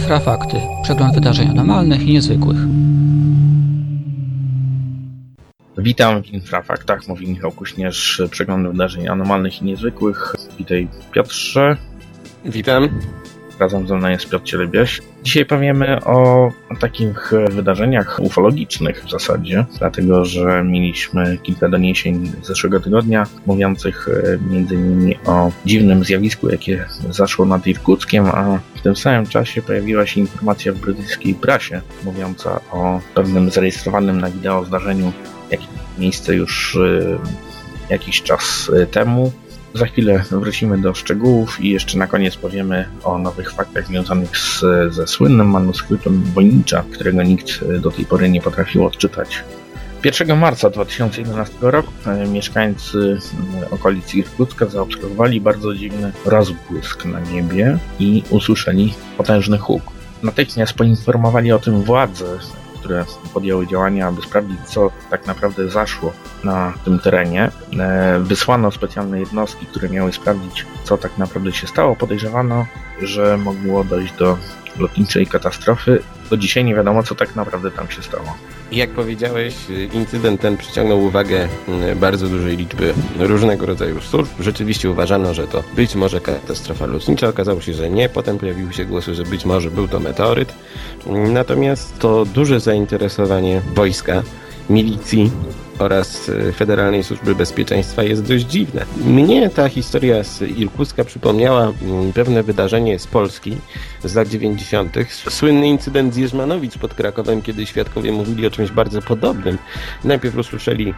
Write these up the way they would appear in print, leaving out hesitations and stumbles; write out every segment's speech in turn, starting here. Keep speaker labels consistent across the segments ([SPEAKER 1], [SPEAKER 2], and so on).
[SPEAKER 1] Infrafakty. Przegląd wydarzeń anormalnych i niezwykłych.
[SPEAKER 2] Witam w Infrafaktach, mówi Michał Kuśnierz, przegląd wydarzeń anormalnych i niezwykłych. Witaj Piotrze.
[SPEAKER 3] Witam.
[SPEAKER 2] Razem ze mną jest Piotr Cielebiaś. Dzisiaj powiemy o takich wydarzeniach ufologicznych w zasadzie, dlatego że mieliśmy kilka doniesień z zeszłego tygodnia mówiących m.in. o dziwnym zjawisku, jakie zaszło nad Irkuckiem, a w tym samym czasie pojawiła się informacja w brytyjskiej prasie mówiąca o pewnym zarejestrowanym na wideo zdarzeniu, jakie miejsce już jakiś czas temu. Za chwilę wrócimy do szczegółów i jeszcze na koniec powiemy o nowych faktach związanych ze słynnym manuskryptem Wojnicza, którego nikt do tej pory nie potrafił odczytać. 1 marca 2011 roku mieszkańcy okolic Irkucka zaobserwowali bardzo dziwny rozbłysk na niebie i usłyszeli potężny huk. Natychmiast poinformowali o tym władze, które podjęły działania, aby sprawdzić, co tak naprawdę zaszło na tym terenie. Wysłano specjalne jednostki, które miały sprawdzić, co tak naprawdę się stało. Podejrzewano, że mogło dojść do lotniczej katastrofy. Do dzisiaj nie wiadomo, co tak naprawdę tam się stało.
[SPEAKER 3] Jak powiedziałeś, incydent ten przyciągnął uwagę bardzo dużej liczby różnego rodzaju służb. Rzeczywiście uważano, że to być może katastrofa lotnicza. Okazało się, że nie. Potem pojawiły się głosy, że być może był to meteoryt. Natomiast to duże zainteresowanie wojska, milicji oraz Federalnej Służby Bezpieczeństwa jest dość dziwne. Mnie ta historia z Irkucka przypomniała pewne wydarzenie z Polski z lat 90. Słynny incydent z Jerzmanowic pod Krakowem, kiedy świadkowie mówili o czymś bardzo podobnym. Najpierw usłyszeli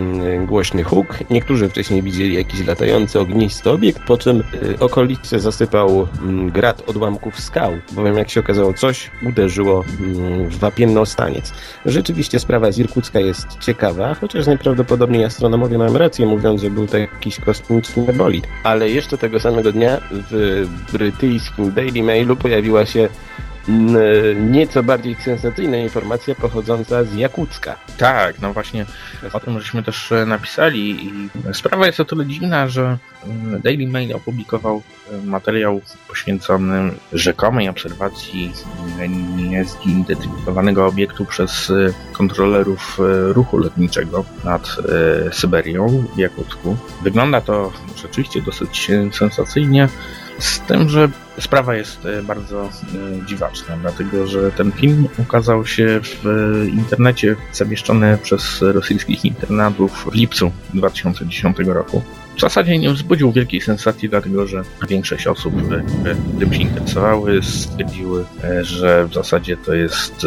[SPEAKER 3] głośny huk, niektórzy wcześniej widzieli jakiś latający ognisty obiekt, po czym okolice zasypał grad odłamków skał, bowiem jak się okazało, coś uderzyło w wapienno-staniec. Rzeczywiście sprawa z Irkucka jest ciekawa, chociaż najprawdopodobniej astronomowie mają rację, mówiąc, że był to jakiś kosmiczny bolid. Ale jeszcze tego samego dnia w brytyjskim Daily Mailu pojawiła się nieco bardziej sensacyjna informacja pochodząca z Jakucka.
[SPEAKER 2] Tak, no właśnie o tym żeśmy też napisali i sprawa jest o tyle dziwna, że Daily Mail opublikował materiał poświęcony rzekomej obserwacji niezidentyfikowanego obiektu przez kontrolerów ruchu lotniczego nad Syberią w Jakucku. Wygląda to rzeczywiście dosyć sensacyjnie, z tym, że sprawa jest bardzo dziwaczna, dlatego że ten film ukazał się w internecie zamieszczony przez rosyjskich internatów w lipcu 2010 roku. W zasadzie nie wzbudził wielkiej sensacji, dlatego że większość osób, które tym się interesowały, stwierdziły, że w zasadzie to jest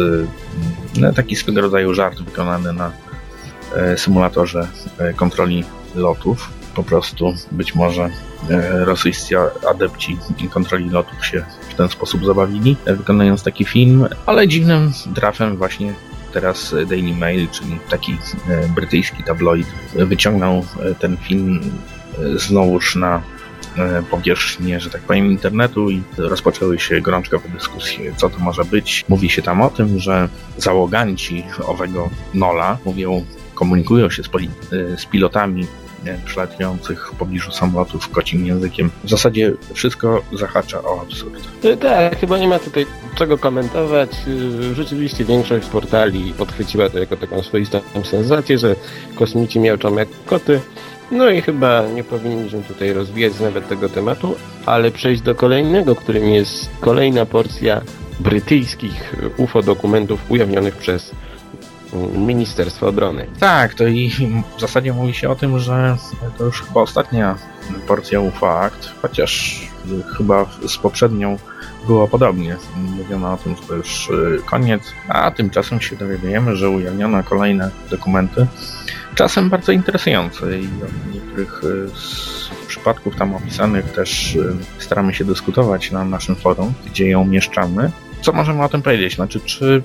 [SPEAKER 2] taki swego rodzaju żart wykonany na symulatorze kontroli lotów. Po prostu być może rosyjscy adepci kontroli lotów się w ten sposób zabawili, wykonując taki film, ale dziwnym trafem właśnie teraz Daily Mail, czyli taki brytyjski tabloid, wyciągnął ten film znowuż na powierzchnię, że tak powiem, internetu i rozpoczęły się gorączkowe dyskusje, co to może być. Mówi się tam o tym, że załoganci owego Nola komunikują się z pilotami przelatujących w pobliżu samolotów kocim językiem. W zasadzie wszystko zahacza o absurd.
[SPEAKER 3] Tak, chyba nie ma tutaj czego komentować. Rzeczywiście większość portali podchwyciła to jako taką swoistą sensację, że kosmici miauczą jak koty. No i chyba nie powinniśmy tutaj rozwijać nawet tego tematu, ale przejść do kolejnego, którym jest kolejna porcja brytyjskich UFO dokumentów ujawnionych przez Ministerstwo Obrony.
[SPEAKER 2] Tak, to i w zasadzie mówi się o tym, że to już chyba ostatnia porcja UFO-akt, chociaż chyba z poprzednią było podobnie. Mówiono o tym, że to już koniec, a tymczasem się dowiadujemy, że ujawniono kolejne dokumenty, czasem bardzo interesujące i o niektórych z przypadków tam opisanych też staramy się dyskutować na naszym forum, gdzie ją umieszczamy. Co możemy o tym powiedzieć? Znaczy,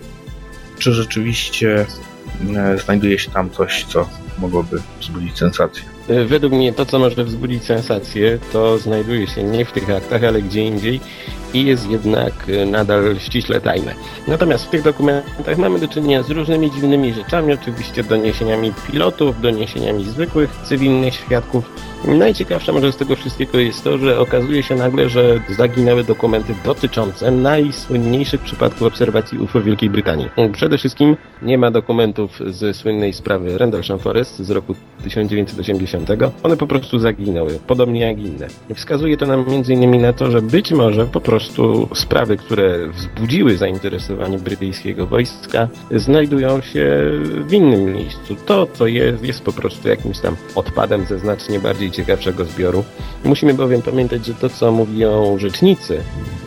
[SPEAKER 2] czy rzeczywiście znajduje się tam coś, co mogłoby wzbudzić sensację?
[SPEAKER 3] Według mnie to, co może wzbudzić sensację, to znajduje się nie w tych aktach, ale gdzie indziej i jest jednak nadal ściśle tajne. Natomiast w tych dokumentach mamy do czynienia z różnymi dziwnymi rzeczami, oczywiście doniesieniami pilotów, doniesieniami zwykłych cywilnych świadków. Najciekawsze może z tego wszystkiego jest to, że okazuje się nagle, że zaginęły dokumenty dotyczące najsłynniejszych przypadków obserwacji UFO w Wielkiej Brytanii. Przede wszystkim nie ma dokumentów ze słynnej sprawy Rendlesham Forest z roku 1980. One po prostu zaginęły, podobnie jak inne. Wskazuje to nam m.in. na to, że być może po prostu sprawy, które wzbudziły zainteresowanie brytyjskiego wojska, znajdują się w innym miejscu. To, co jest po prostu jakimś tam odpadem ze znacznie bardziej ciekawszego zbioru. Musimy bowiem pamiętać, że to, co mówią rzecznicy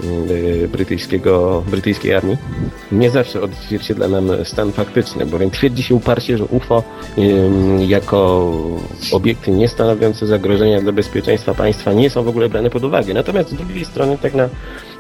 [SPEAKER 3] brytyjskiej armii, nie zawsze odzwierciedla nam stan faktyczny, bowiem twierdzi się uparcie, że UFO jako obiekty nie stanowiące zagrożenia dla bezpieczeństwa państwa nie są w ogóle brane pod uwagę. Natomiast z drugiej strony tak na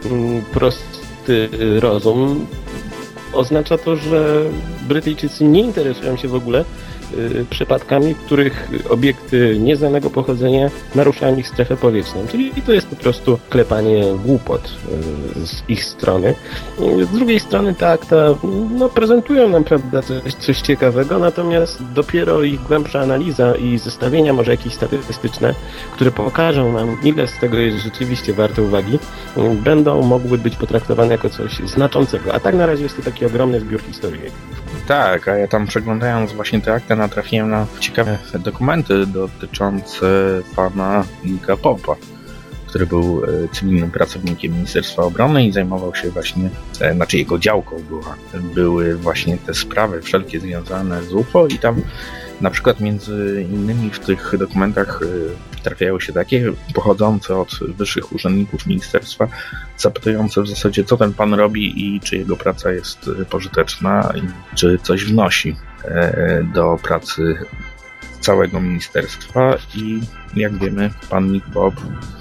[SPEAKER 3] prosty rozum oznacza to, że Brytyjczycy nie interesują się w ogóle przypadkami, w których obiekty nieznanego pochodzenia naruszają ich strefę powietrzną. Czyli to jest po prostu klepanie głupot z ich strony. Z drugiej strony te akta prezentują nam, prawda, coś ciekawego, natomiast dopiero ich głębsza analiza i zestawienia, może jakieś statystyczne, które pokażą nam, ile z tego jest rzeczywiście warte uwagi, będą mogły być potraktowane jako coś znaczącego. A tak na razie jest to taki ogromny zbiór historii.
[SPEAKER 2] Tak, a ja tam przeglądając właśnie te akta natrafiłem na ciekawe dokumenty dotyczące pana Nicka Popa, który był cywilnym pracownikiem Ministerstwa Obrony i zajmował się właśnie, jego działką były właśnie te sprawy wszelkie związane z UFO i tam na przykład między innymi w tych dokumentach trafiały się takie pochodzące od wyższych urzędników ministerstwa, zapytujące w zasadzie, co ten pan robi i czy jego praca jest pożyteczna i czy coś wnosi do pracy całego ministerstwa. I jak wiemy, pan Nick Pope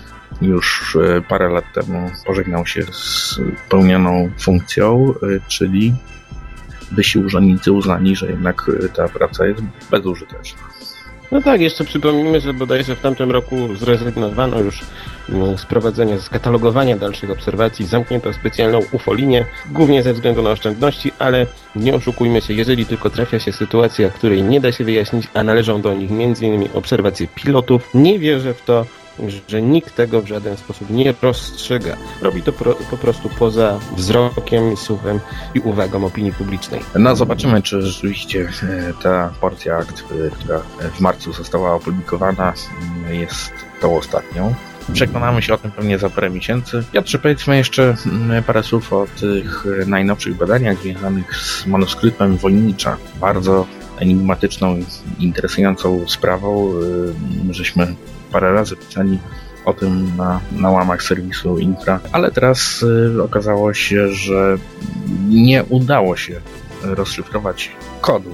[SPEAKER 2] już parę lat temu pożegnał się z pełnioną funkcją, czyli wyżsi urzędnicy uznali, że jednak ta praca jest bezużyteczna.
[SPEAKER 3] No tak, jeszcze przypomnijmy, że bodajże w tamtym roku zrezygnowano już z prowadzenia, z katalogowania dalszych obserwacji, zamknięto specjalną UFO-linię, głównie ze względu na oszczędności, ale nie oszukujmy się, jeżeli tylko trafia się sytuacja, której nie da się wyjaśnić, a należą do nich m.in. obserwacje pilotów, nie wierzę w to, że nikt tego w żaden sposób nie rozstrzyga. Robi to po prostu poza wzrokiem, słuchem i uwagą opinii publicznej.
[SPEAKER 2] No zobaczymy, czy rzeczywiście ta porcja akt, która w marcu została opublikowana, jest tą ostatnią. Przekonamy się o tym pewnie za parę miesięcy. Piotrze, powiedzmy jeszcze parę słów o tych najnowszych badaniach związanych z manuskryptem Wojnicza. Bardzo enigmatyczną i interesującą sprawą. Żeśmy parę razy pisali o tym na łamach serwisu Infra, ale teraz okazało się, że nie udało się rozszyfrować kodu,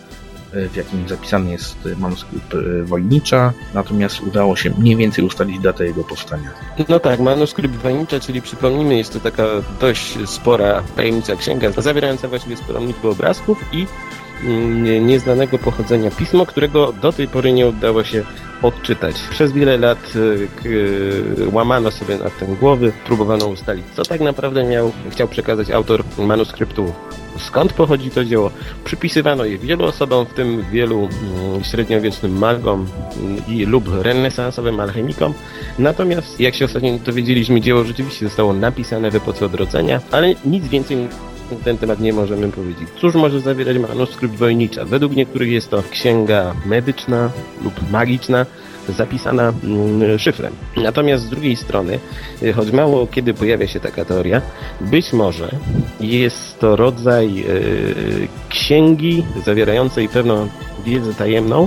[SPEAKER 2] w jakim zapisany jest manuskrypt Wojnicza, natomiast udało się mniej więcej ustalić datę jego powstania.
[SPEAKER 3] No tak, manuskrypt Wojnicza, czyli przypomnijmy, jest to taka dość spora tajemnicza księga, zawierająca właściwie sporą liczbę obrazków i nieznanego pochodzenia pismo, którego do tej pory nie udało się odczytać. Przez wiele lat łamano sobie nad tym głowy, próbowano ustalić, co tak naprawdę chciał przekazać autor manuskryptu, skąd pochodzi to dzieło. Przypisywano je wielu osobom, w tym wielu średniowiecznym magom lub renesansowym alchemikom. Natomiast, jak się ostatnio dowiedzieliśmy, dzieło rzeczywiście zostało napisane w epoce odrodzenia, ale nic więcej na ten temat nie możemy powiedzieć. Cóż może zawierać manuskrypt Wojnicza? Według niektórych jest to księga medyczna lub magiczna, zapisana szyfrem. Natomiast z drugiej strony, choć mało kiedy pojawia się taka teoria, być może jest to rodzaj księgi zawierającej pewną wiedzę tajemną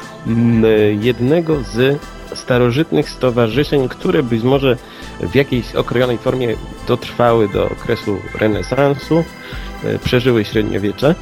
[SPEAKER 3] jednego z starożytnych stowarzyszeń, które być może w jakiejś okrojonej formie dotrwały do okresu renesansu, przeżyły średniowiecze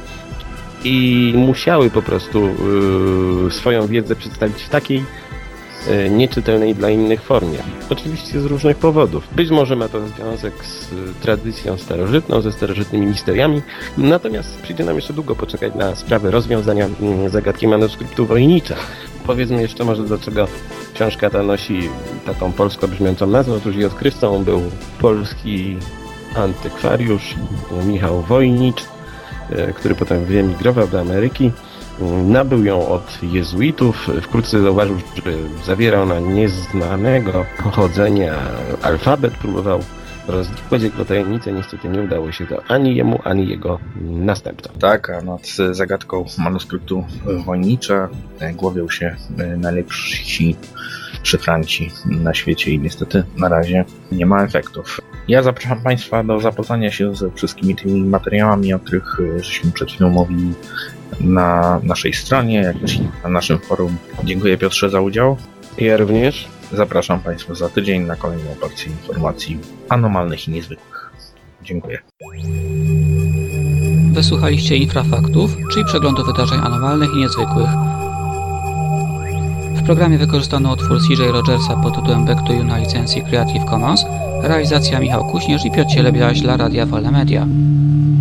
[SPEAKER 3] i musiały po prostu swoją wiedzę przedstawić w takiej nieczytelnej dla innych formie. Oczywiście z różnych powodów. Być może ma to związek z tradycją starożytną, ze starożytnymi misteriami, natomiast przyjdzie nam jeszcze długo poczekać na sprawę rozwiązania zagadki manuskryptu Wojnicza. Powiedzmy jeszcze może, dlaczego książka ta nosi taką polsko brzmiącą nazwę. Otóż jej odkrywcą był polski antykwariusz Michał Wojnicz, który potem wyemigrował do Ameryki. Nabył ją od jezuitów. Wkrótce zauważył, że zawiera ona nieznanego pochodzenia alfabet. Próbował rozwikłać jego tajemnicę. Niestety nie udało się to ani jemu, ani jego następcom.
[SPEAKER 2] Tak, a nad zagadką manuskryptu Wojnicza głowią się najlepsi szyfranci na świecie i niestety na razie nie ma efektów. Ja zapraszam Państwa do zapoznania się ze wszystkimi tymi materiałami, o których żeśmy przed chwilą mówili na naszej stronie, jak też i na naszym forum. Dziękuję Piotrze za udział.
[SPEAKER 3] Ja również.
[SPEAKER 2] Zapraszam Państwa za tydzień na kolejną porcję informacji anomalnych i niezwykłych. Dziękuję.
[SPEAKER 1] Wysłuchaliście Infrafaktów, czyli przeglądu wydarzeń anomalnych i niezwykłych. W programie wykorzystano utwór CJ Rogersa pod tytułem Back to You na licencji Creative Commons, realizacja Michał Kuśnierz i Piotr Cielebiaś dla Radia Wolne Media.